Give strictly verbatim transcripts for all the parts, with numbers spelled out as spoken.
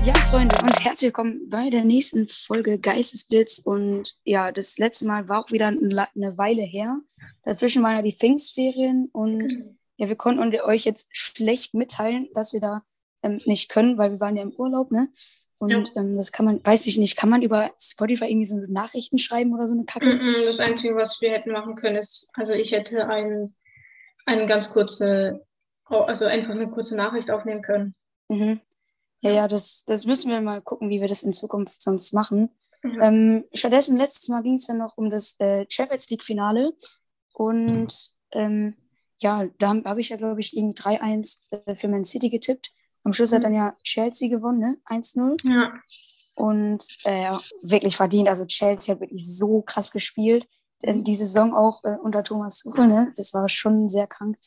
Ja, Freunde, und herzlich willkommen bei der nächsten Folge Geistesblitz. Und ja, das letzte Mal war auch wieder eine Weile her. Dazwischen waren ja die Pfingstferien und ja, wir konnten euch jetzt schlecht mitteilen, dass wir da ähm, nicht können, weil wir waren ja im Urlaub, ne? Und Ja. ähm, das kann man, weiß ich nicht, kann man über Spotify irgendwie so Nachrichten schreiben oder so eine Kacke? Mm-mm, Das Einzige, was wir hätten machen können, ist, also ich hätte ein, eine ganz kurze, also einfach eine kurze Nachricht aufnehmen können. Mhm. Ja, Ja. ja, das, das müssen wir mal gucken, wie wir das in Zukunft sonst machen. Ja. Ähm, stattdessen, letztes Mal ging es dann noch um das äh, Champions League-Finale. Und ähm, ja, da habe hab ich ja, glaube ich, irgendwie drei eins äh, für Man City getippt. Am Schluss hat dann ja Chelsea gewonnen, ne? eins null. Ja. Und äh, ja, wirklich verdient. Also Chelsea hat wirklich so krass gespielt. Ähm, die Saison auch äh, unter Thomas Tuchel, ne? Das war schon sehr krank.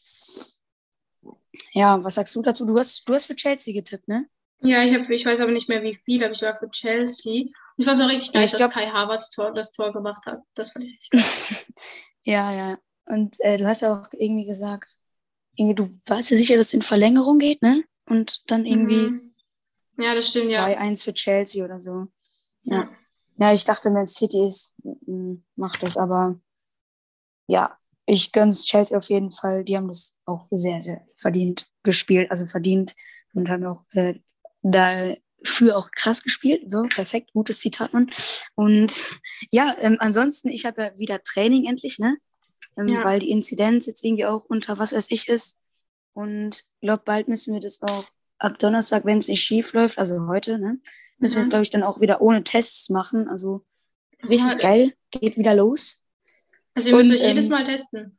Ja, was sagst du dazu? Du hast, du hast für Chelsea getippt, ne? Ja, ich hab, ich weiß aber nicht mehr wie viel, aber ich war für Chelsea. Und ich fand es auch richtig Ja, nice, ich dass glaube. Kai Havertz Tor, das Tor gemacht hat. Das fand ich richtig geil. Ja, ja. Und äh, du hast ja auch irgendwie gesagt, irgendwie, du warst ja sicher, dass es in Verlängerung geht, ne? Und dann irgendwie Mhm. Ja, das stimmt, ja. zwei eins für Chelsea oder so. Ja. Ja. Ja, ich dachte, Man City ist, m, macht das, aber ja, ich gönn's Chelsea auf jeden Fall. Die haben das auch sehr, sehr verdient gespielt, also verdient und haben auch äh, dafür auch krass gespielt. So, perfekt, gutes Zitat, Mann. Und ja, ähm, ansonsten, ich habe ja wieder Training endlich, ne? Ähm, Ja. weil die Inzidenz jetzt irgendwie auch unter was weiß ich ist. Und ich glaube, bald müssen wir das auch ab Donnerstag, wenn es nicht schief läuft, also heute, ne, müssen wir es, Mhm. glaube ich, dann auch wieder ohne Tests machen. Also Aha, richtig geil, geht wieder los. also ihr müsst Und euch jedes ähm, Mal testen.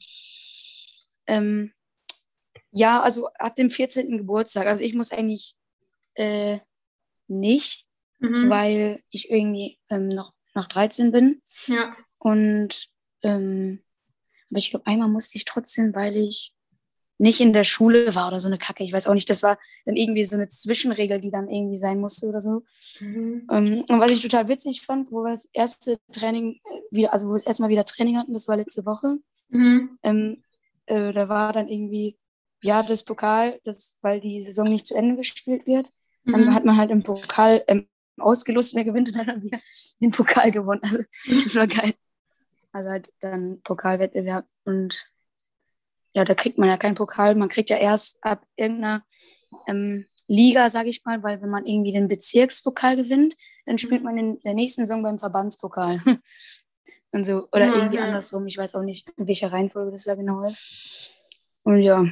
ähm, ja, also ab dem vierzehnten Geburtstag, also ich muss eigentlich äh, nicht, Mhm. weil ich irgendwie ähm, noch, noch dreizehn bin. Ja. Und ähm, aber ich glaube, einmal musste ich trotzdem, weil ich nicht in der Schule war oder so eine Kacke. Ich weiß auch nicht, das war dann irgendwie so eine Zwischenregel, die dann irgendwie sein musste oder so. Mhm. Ähm, und was ich total witzig fand, wo wir das erste Training wieder, also wo wir das erste Mal wieder Training hatten, das war letzte Woche. Mhm. Ähm, äh, da war dann irgendwie, ja, das Pokal, das, weil die Saison nicht zu Ende gespielt wird, dann hat Mhm. man halt im Pokal ähm, ausgelost, wer gewinnt, und dann haben wir den Pokal gewonnen. Also das war geil. Also halt dann Pokalwettbewerb und ja, da kriegt man ja keinen Pokal. Man kriegt ja erst ab irgendeiner ähm, Liga, sage ich mal, weil wenn man irgendwie den Bezirkspokal gewinnt, dann spielt man in der nächsten Saison beim Verbandspokal. Und so, oder Ja, irgendwie ja. andersrum. Ich weiß auch nicht, in welcher Reihenfolge das da genau ist. Und ja,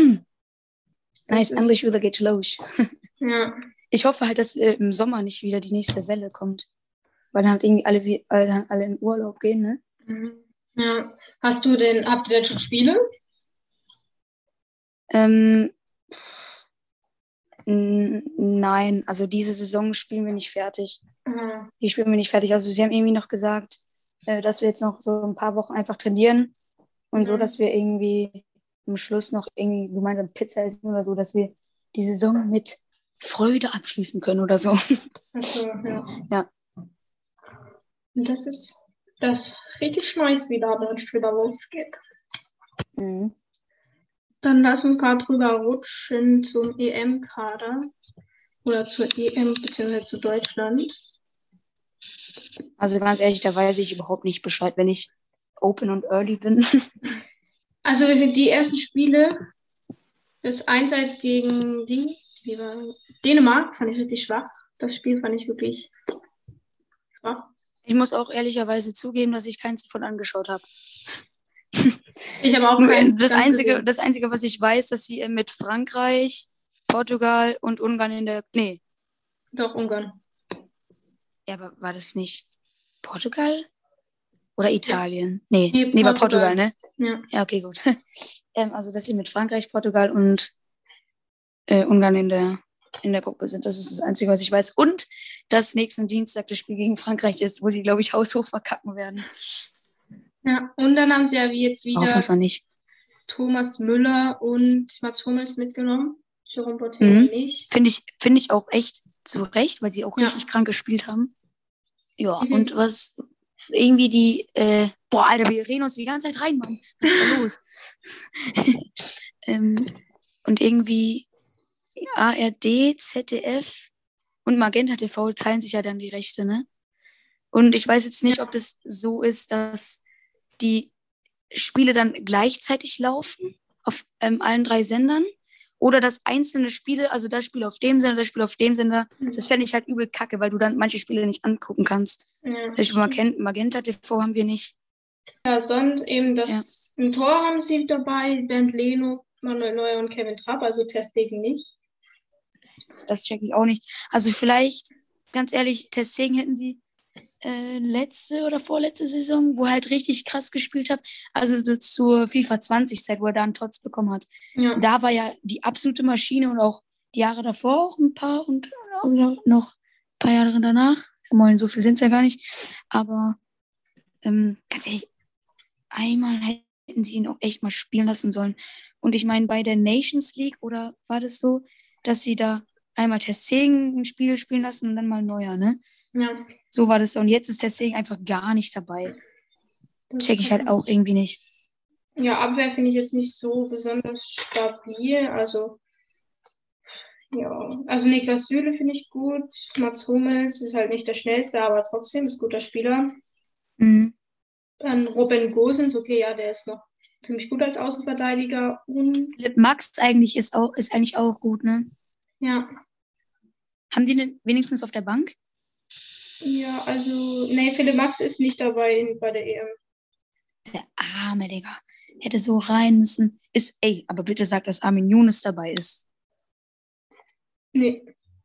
Das nice, Englisch ist, wieder geht los. ja. Ich hoffe halt, dass äh, im Sommer nicht wieder die nächste Welle kommt. Weil dann halt irgendwie alle, wie, alle, dann alle in Urlaub gehen, ne? Mhm. Ja. Hast du denn, habt ihr denn schon Spiele? Ähm, n- nein, also diese Saison spielen wir nicht fertig. Mhm. Die spielen wir nicht fertig. Also sie haben irgendwie noch gesagt, äh, dass wir jetzt noch so ein paar Wochen einfach trainieren und so, dass Mhm. wir irgendwie am Schluss noch irgendwie gemeinsam Pizza essen oder so, dass wir die Saison mit Freude abschließen können oder so. Ach so, ja. Ja. Und das ist das richtig nice, wie da Deutsch wieder losgeht. Mhm. Dann lass uns gerade drüber rutschen zum E M-Kader oder zur E M beziehungsweise zu Deutschland. Also ganz ehrlich, da weiß ich überhaupt nicht Bescheid, wenn ich open und early bin. Also wir sind die ersten Spiele, das eins eins gegen die, wie war, Dänemark, fand ich richtig schwach. Das Spiel fand ich wirklich schwach. Ich muss auch ehrlicherweise zugeben, dass ich keins davon angeschaut habe. Ich habe auch Nur äh, keins das ganz Einzige, gesehen. das Einzige, was ich weiß, dass sie äh, mit Frankreich, Portugal und Ungarn in der. Nee, Doch, Ungarn. ja, aber war das nicht Portugal oder Ja. Italien? Nee, Nee, nee, war Portugal, Portugal. ne? Ja. Ja, okay, gut. ähm, also, dass sie mit Frankreich, Portugal und äh, Ungarn in der, in der Gruppe sind. Das ist das Einzige, was ich weiß. Und dass nächsten Dienstag das Spiel gegen Frankreich ist, wo sie, glaube ich, haushoch verkacken werden. Ja. Und dann haben sie ja wie jetzt Hoffen wir es wieder noch nicht. Thomas Müller und Mats Hummels mitgenommen. Jerome Boateng Mhm. nicht. Finde ich, finde ich auch echt zu Recht, weil sie auch Ja. richtig krank gespielt haben. Ja, Die und sind, was irgendwie die, äh, boah, Alter, wir reden uns die ganze Zeit rein, Mann. Was ist da los? ähm, und irgendwie A R D, Z D F und Magenta T V teilen sich ja dann die Rechte, ne? Und ich weiß jetzt nicht, Ja. ob das so ist, dass die Spiele dann gleichzeitig laufen auf ähm, allen drei Sendern oder dass einzelne Spiele, also das Spiel auf dem Sender, das Spiel auf dem Sender, das fände ich halt übel kacke, weil du dann manche Spiele nicht angucken kannst. Ja, Zum Beispiel Mag- Magenta T V haben wir nicht. ja sonst eben Ja. das im Tor haben sie dabei, Bernd Leno, Manuel Neuer und Kevin Trapp, also Testegen nicht. Das check ich auch nicht. Also vielleicht, ganz ehrlich, Testegen hätten sie äh, letzte oder vorletzte Saison, wo er halt richtig krass gespielt hat. Also so zur FIFA zwanzig-Zeit, wo er da einen Trotz bekommen hat. Ja, Da war ja die absolute Maschine und auch die Jahre davor auch ein paar und auch noch ein paar Jahre danach. Moin, so viel sind es ja gar nicht. Aber ähm, ganz ehrlich, einmal hätten sie ihn auch echt mal spielen lassen sollen. Und ich meine, bei der Nations League, oder war das so, dass sie da einmal Testegen ein Spiel spielen lassen und dann mal Neuer, ne? ja. So war das. Und jetzt ist Testegen einfach gar nicht dabei. Das Check ich halt kann- auch irgendwie nicht. Ja, Abwehr finde ich jetzt nicht so besonders stabil. Also, ja. Also Niklas Süle finde ich gut. Mats Hummels ist halt nicht der schnellste, aber trotzdem ist ein guter Spieler. Mhm. Dann Robin Gosens, okay, ja, der ist noch ziemlich gut als Außenverteidiger. Und Philipp Max eigentlich ist, auch, ist eigentlich auch gut, ne? ja, Haben die denn wenigstens auf der Bank? ja, also, nee, Philipp Max ist nicht dabei in, bei der E M. Der arme, Digga. Hätte so rein müssen. Ist, ey, aber bitte sag, dass Armin Younes dabei ist. Nee.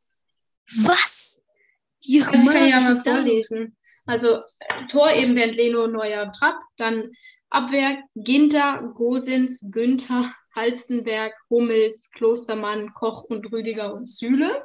Was? Ja, Also ich kann Mann, ja was mal ist da los? vorlesen. Also äh, Tor eben Bernd Leno, Neuer, Trapp. Dann Abwehr Ginter, Gosens, Günther, Halstenberg, Hummels, Klostermann, Koch und Rüdiger und Süle.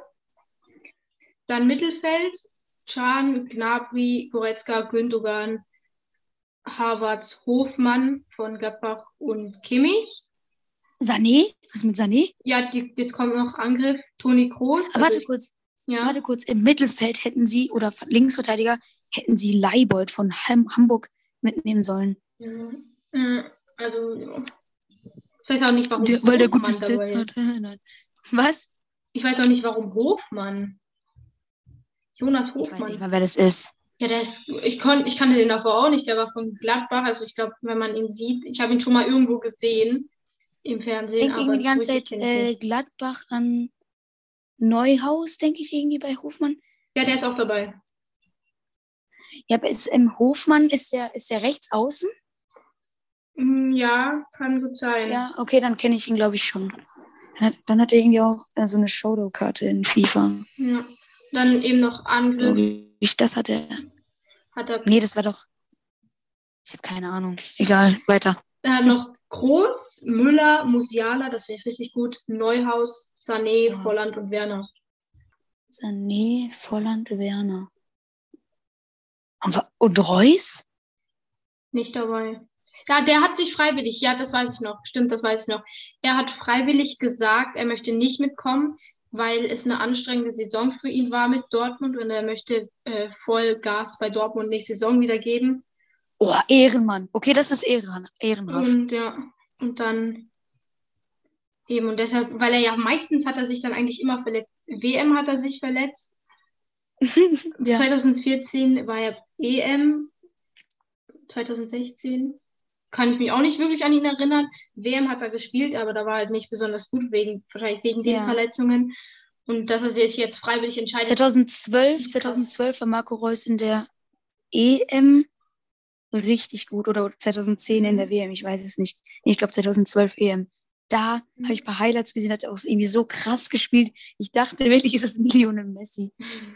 Dann Mittelfeld Can, Gnabry, Goretzka, Gündogan, Havertz, Hofmann von Gladbach und Kimmich. Sané? Was mit Sané? Ja, die, jetzt kommt noch Angriff Toni Kroos. Aber Also warte ich, kurz. ja. Warte kurz. Im Mittelfeld hätten sie, oder Linksverteidiger, hätten sie Leibold von Ham Hamburg mitnehmen sollen. Ja. Äh, Also, ja. Ich weiß auch nicht, warum Der, weil der gute Hofmann dabei Stats hat. ist. Nein. Was? Ich weiß auch nicht, warum Hofmann. Jonas Ich weiß nicht Hofmann. mal, wer das ist. Ja, der ist, ich, kon, ich kannte den davor auch nicht, der war von Gladbach. Also ich glaube, wenn man ihn sieht, ich habe ihn schon mal irgendwo gesehen im Ich Fernsehen, denke irgendwie aber die so ganze richtig Zeit kenne ich äh, nicht. Gladbach an Neuhaus, denke ich irgendwie bei Hofmann. Ja, der ist auch dabei. Ja, aber ist im Hofmann, ist der, ist der rechts außen? Hm, ja, kann gut sein. Ja, okay, dann kenne ich ihn, glaube ich, schon. Dann hat, dann hat er irgendwie auch äh, so eine Showdown-Karte in FIFA. Ja. Dann eben noch Angriff. Glaube ich, das hat er. Hat er, Nee, das war doch. Ich habe keine Ahnung. Egal, weiter. er hat noch Groß, Müller, Musiala, das finde ich richtig gut. Neuhaus, Sané, Ja. Volland und Werner. Sané, Volland, Werner. Und, wa- und Reus? Nicht dabei. Ja, der hat sich freiwillig, ja, das weiß ich noch. Stimmt, das weiß ich noch. Er hat freiwillig gesagt, er möchte nicht mitkommen, weil es eine anstrengende Saison für ihn war mit Dortmund und er möchte äh, voll Gas bei Dortmund nächste Saison wieder geben. Oh, Ehrenmann. Okay, das ist Ehren, ehrenhaft. Und ja, und dann eben, und deshalb, weil er ja meistens hat er sich dann eigentlich immer verletzt. W M hat er sich verletzt. Ja. zwanzig vierzehn war er E M. zwanzig sechzehn kann ich mich auch nicht wirklich an ihn erinnern. W M hat er gespielt, aber da war halt nicht besonders gut, wegen, wahrscheinlich wegen den Ja. Verletzungen. Und dass er sich jetzt freiwillig entscheidet. zweitausendzwölf, Krass. zweitausendzwölf war Marco Reus in der E M richtig gut oder zweitausendzehn in der W M, ich weiß es nicht. Nee, ich glaube zweitausendzwölf E M. Da Mhm. habe ich ein paar Highlights gesehen, hat er auch irgendwie so krass gespielt. Ich dachte wirklich, ist es Lionel Messi.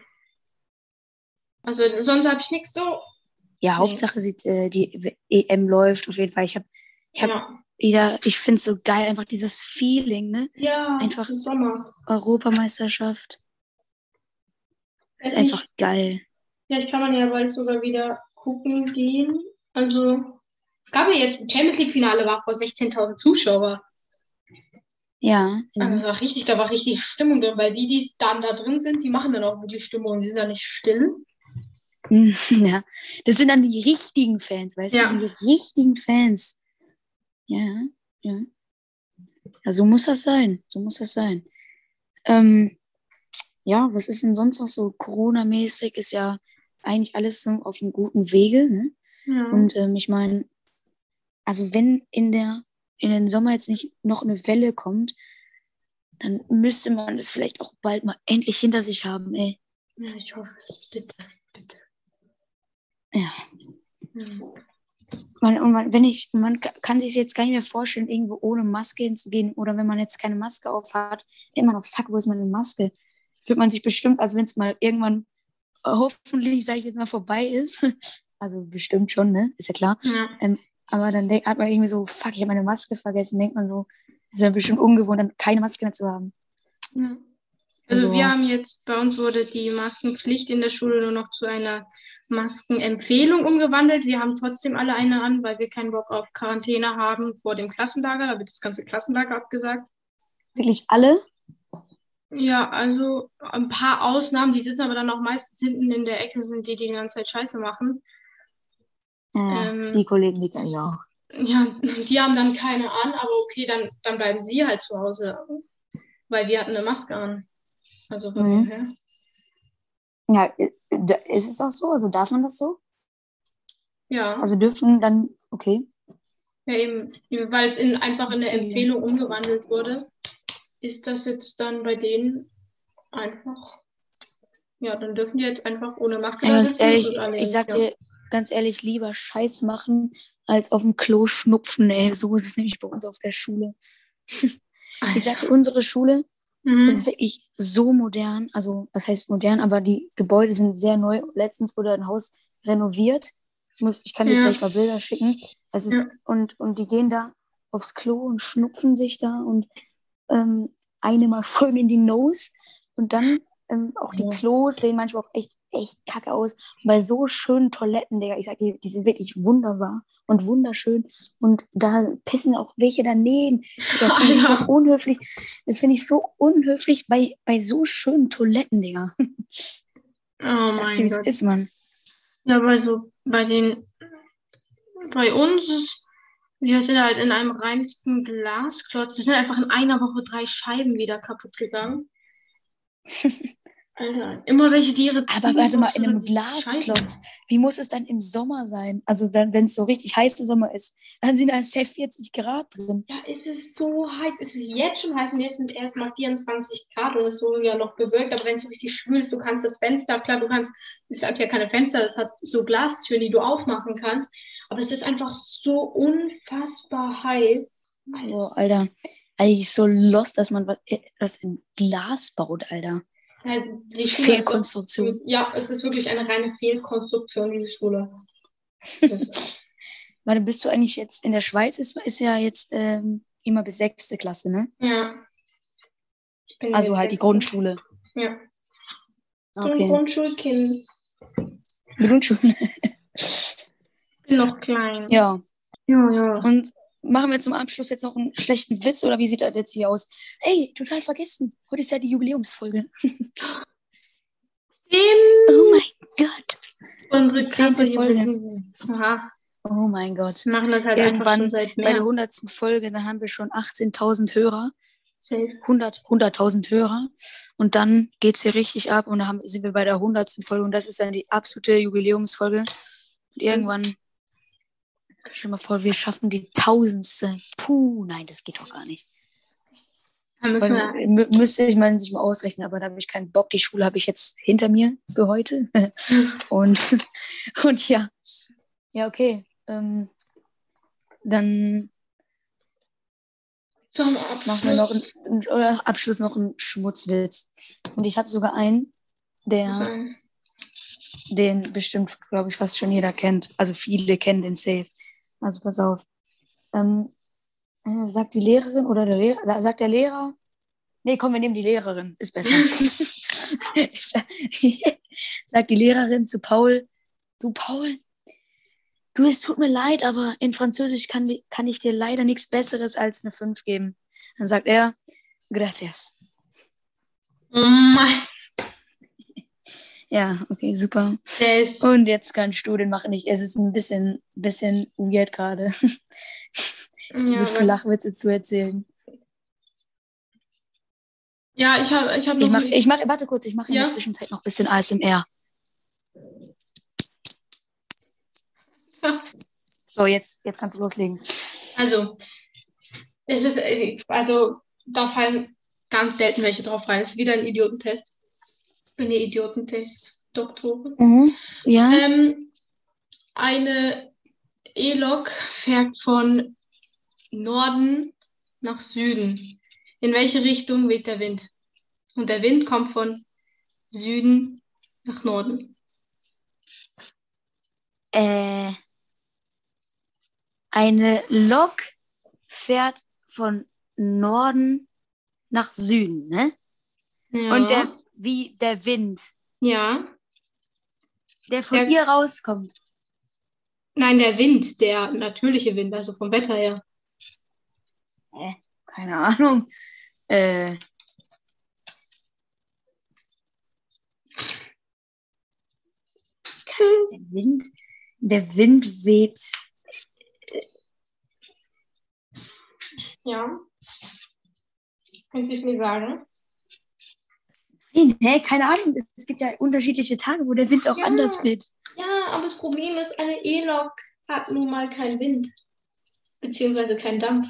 Also sonst habe ich nichts so. Ja, Nee. Hauptsache sieht, äh, die E M läuft auf jeden Fall. Ich habe ich hab Ja, wieder, ich finde es so geil, einfach dieses Feeling, ne? ja Einfach- es ist Sommer. Europameisterschaft. Ist Weiß einfach nicht, geil. vielleicht kann man ja bald sogar wieder gucken gehen. Also, es gab ja jetzt, Champions League-Finale war vor sechzehntausend Zuschauer. Ja. Also, ja. es war richtig, da war richtig Stimmung drin, weil die, die dann da drin sind, die machen dann auch wirklich Stimmung. Die sind da nicht still. Ja, das sind dann die richtigen Fans, weißt Ja. du, die richtigen Fans. Ja, ja. Ja, so muss das sein. So muss das sein. Ähm, ja, was ist denn sonst noch so Corona-mäßig? Ist ja eigentlich alles so auf einem guten Wege, ne? Ja. Und ähm, ich meine, also wenn in der in den Sommer jetzt nicht noch eine Welle kommt, dann müsste man das vielleicht auch bald mal endlich hinter sich haben, ey. Ja, ich hoffe es. Bitte, bitte. Ja. Ja. Man, und man, wenn ich, man ka- kann sich jetzt gar nicht mehr vorstellen, irgendwo ohne Maske hinzugehen. Oder wenn man jetzt keine Maske auf hat, denkt man, oh fuck, wo ist meine Maske? Fühlt man sich bestimmt, also wenn es mal irgendwann äh, hoffentlich, sage ich jetzt mal, vorbei ist. Also bestimmt schon, ne? Ist ja klar. Ja. Ähm, aber dann denk, hat man irgendwie so, fuck, ich habe meine Maske vergessen. Denkt man so, das ist ja bestimmt ungewohnt, dann keine Maske mehr zu haben. Ja. Und Also wir haben sowas. jetzt, bei uns wurde die Maskenpflicht in der Schule nur noch zu einer Maskenempfehlung umgewandelt. Wir haben trotzdem alle eine an, weil wir keinen Bock auf Quarantäne haben vor dem Klassenlager. Da wird das ganze Klassenlager abgesagt. Wirklich alle? Ja, also ein paar Ausnahmen, die sitzen aber dann auch meistens hinten in der Ecke, sind die, die die ganze Zeit Scheiße machen. Ja, die Ähm, Kollegen, die kann ich auch. ja, die haben dann keine an, aber okay, dann, dann bleiben sie halt zu Hause, weil wir hatten eine Maske an. Also von dem Mhm. her. Ja, äh, da- ist es auch so? Also darf man das so? Ja, Also dürfen dann, okay. ja eben, weil es in, einfach in der Viele. Empfehlung umgewandelt wurde, ist das jetzt dann bei denen einfach, ja, dann dürfen die jetzt einfach ohne Maske Ja, da ganz sitzen und ehrlich, alle, ich sag ja. dir ganz ehrlich, lieber Scheiß machen, als auf dem Klo schnupfen, ey. So ist es nämlich bei uns auf der Schule. Ich sag dir, Alter. unsere Schule ist Mhm. wirklich so modern. Also, was heißt modern? Aber die Gebäude sind sehr neu. Letztens wurde ein Haus renoviert. Ich muss, ich kann dir Ja, vielleicht mal Bilder schicken. Es ja. ist, und, und die gehen da aufs Klo und schnupfen sich da und ähm, eine mal schön in die Nose. Und dann ähm, auch die Ja. Klos sehen manchmal auch echt, echt kacke aus. Und bei so schönen Toiletten, Digga, ich sag dir, die sind wirklich wunderbar und wunderschön. Und da pissen auch welche daneben. Das finde ich so Alter. unhöflich. Das finde ich so unhöflich bei, bei so schönen Toiletten, Digga. Oh Sag's dir, wie mein es Gott. ist, Mann. Ja, bei so, bei den, bei uns ist, wir sind halt in einem reinsten Glasklotz. Es sind einfach in einer Woche drei Scheiben wieder kaputt gegangen. Alter, immer welche, die ihre Aber warte mal, Tüdelbox in oder einem die Scheiben. Glasklotz, wie muss es dann im Sommer sein? Also dann, wenn es so richtig heißer Sommer ist, dann sind da safe vierzig Grad drin. Ja, es ist so heiß. Es ist jetzt schon heiß und jetzt sind erst mal vierundzwanzig Grad und es ist so ja noch bewölkt. Aber wenn es so richtig schwül ist, du kannst das Fenster, klar, du kannst, es hat ja keine Fenster, es hat so Glastüren, die du aufmachen kannst. Aber es ist einfach so unfassbar heiß. Oh, Alter. Eigentlich so lost, dass man was, äh, was in Glas baut, Alter. Ja, die Schule ist auch, Fehlkonstruktion. ja, es ist wirklich eine reine Fehlkonstruktion, diese Schule. Das ist, Warte, bist du eigentlich jetzt in der Schweiz? Ist, ist ja jetzt ähm, immer bis sechste Klasse, ne? ja, ich bin Also jetzt halt die letzte. Grundschule. Ja, so ein Okay. Grundschulkind. Grundschule. Bin noch klein. Ja. Ja, ja. Und machen wir zum Abschluss jetzt noch einen schlechten Witz oder wie sieht das jetzt hier aus? Ey, total vergessen. Heute ist ja die Jubiläumsfolge. Oh Stimmt. mein Gott. Unsere Die krasse zehnte Folge. Jubiläum. Aha. Oh mein Gott. Wir machen das halt einfach schon Irgendwann seit bei der März. hundertsten Folge, dann haben wir schon achtzehntausend Hörer. Safe. hundert, hunderttausend Hörer. Und dann geht es hier richtig ab und dann haben, sind wir bei der hundertsten Folge und das ist dann die absolute Jubiläumsfolge. Und irgendwann, stell dir mal vor, wir schaffen die tausendste. Puh, nein, das geht doch gar nicht. Dann müssen Weil, wir, mü- müsste ich mal sich mal ausrechnen, aber da habe ich keinen Bock. Die Schule habe ich jetzt hinter mir für heute. und, und ja, ja, okay. Ähm, dann zum machen wir noch einen, Abschluss einen oder Abschluss noch einen Schmutzwitz. Und ich habe sogar einen, der sein. den bestimmt, glaube ich, fast schon jeder kennt. Also viele kennen den safe. Also pass auf. Ähm, äh, sagt die Lehrerin oder der Lehrer, sagt der Lehrer, nee, komm, wir nehmen die Lehrerin, ist besser. Sagt die Lehrerin zu Paul, du Paul, du, es tut mir leid, aber in Französisch kann, kann ich dir leider nichts Besseres als eine fünf geben. Dann sagt er, gracias. Mm, Ja, okay, super. Der ist, Und jetzt kannst du den machen. Ich, es ist ein bisschen, bisschen weird gerade, diese ja, aber Flachwitze zu erzählen. Ja, ich habe ich hab Ich noch mach, nicht. ich mach, warte kurz, ich mache in Ja? der Zwischenzeit noch ein bisschen A S M R. So, jetzt, jetzt kannst du loslegen. Also, es ist, äh, also, da fallen ganz selten welche drauf rein. Es ist wieder ein Idiotentest. Ich bin eine Idiotentest-Doktorin. Mhm. Ja. Ähm, eine E-Lok fährt von Norden nach Süden. In welche Richtung weht der Wind? Und der Wind kommt von Süden nach Norden. Äh, eine Lok fährt von Norden nach Süden, ne? Und der, Ja, wie der Wind, ja. der von Der, ihr rauskommt. nein, der Wind, der natürliche Wind, also vom Wetter her. Äh, keine Ahnung. Äh, der Wind, der Wind weht. Ja. Können Sie es mir sagen? Nein, hä, keine Ahnung. Es gibt ja unterschiedliche Tage, wo der Wind auch Ja. anders weht. Ja, aber das Problem ist, eine E-Lok hat nun mal keinen Wind, beziehungsweise keinen Dampf.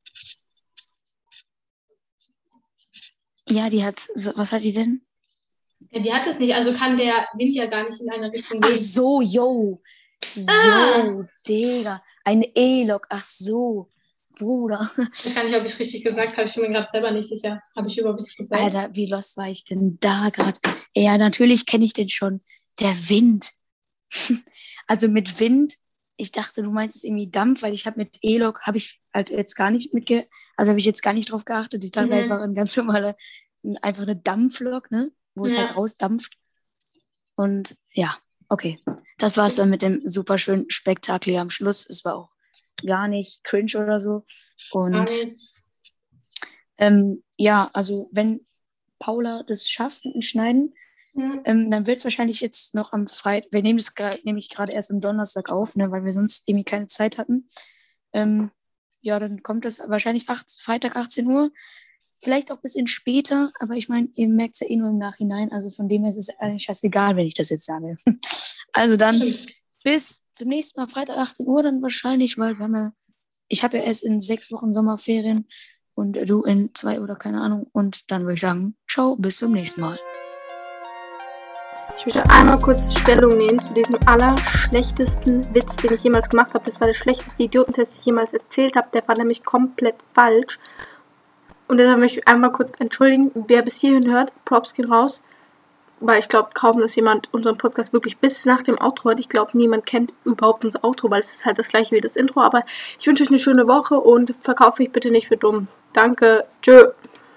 Ja, die hat, so, was hat die denn? Ja, die hat es nicht, also kann der Wind ja gar nicht in eine Richtung Ach wehen. so, yo. Ah! Yo, Digga. Eine E-Lok. Ach so, Bruder. Ich weiß gar nicht, ob ich es richtig gesagt habe. Ich bin mir gerade selber nicht sicher. Habe ich überhaupt was gesagt? Alter, wie lost war ich denn da gerade? Ja, natürlich kenne ich den schon. Der Wind. Also mit Wind, ich dachte, du meinst es irgendwie Dampf, weil ich habe mit E-Lok, habe ich halt jetzt gar nicht mitge... Also habe ich jetzt gar nicht drauf geachtet. Ich dachte Mhm. einfach ein ganz normaler, einfach eine Dampflok, ne? Wo es Ja. halt rausdampft. Und ja, okay. Das war es dann mit dem super schönen Spektakel hier am Schluss. Es war auch gar nicht cringe oder so. Und Gar nicht. ähm, ja, also wenn Paula das schafft mit dem Schneiden, Ja. ähm, dann wird es wahrscheinlich jetzt noch am Freitag, wir nehmen das gra- nämlich gerade erst am Donnerstag auf, ne, weil wir sonst irgendwie keine Zeit hatten. Ähm, ja, dann kommt das wahrscheinlich acht, Freitag achtzehn Uhr, vielleicht auch ein bisschen später, aber ich meine, ihr merkt es ja eh nur im Nachhinein, also von dem her ist es eigentlich scheißegal, wenn ich das jetzt sage. Also dann bis zum nächsten Mal, Freitag achtzehn Uhr dann wahrscheinlich, weil wir haben ja, ich habe ja erst in sechs Wochen Sommerferien und du in zwei oder keine Ahnung. Und dann würde ich sagen, ciao, bis zum nächsten Mal. Ich möchte einmal kurz Stellung nehmen zu diesem allerschlechtesten Witz, den ich jemals gemacht habe. Das war der schlechteste Idiotentest, den ich jemals erzählt habe. Der war nämlich komplett falsch. Und deshalb möchte ich einmal kurz entschuldigen, wer bis hierhin hört, Props gehen raus. Weil ich glaube kaum, dass jemand unseren Podcast wirklich bis nach dem Outro hat. Ich glaube, niemand kennt überhaupt unser Outro, weil es ist halt das gleiche wie das Intro. Aber ich wünsche euch eine schöne Woche und verkauft mich bitte nicht für dumm. Danke, tschö.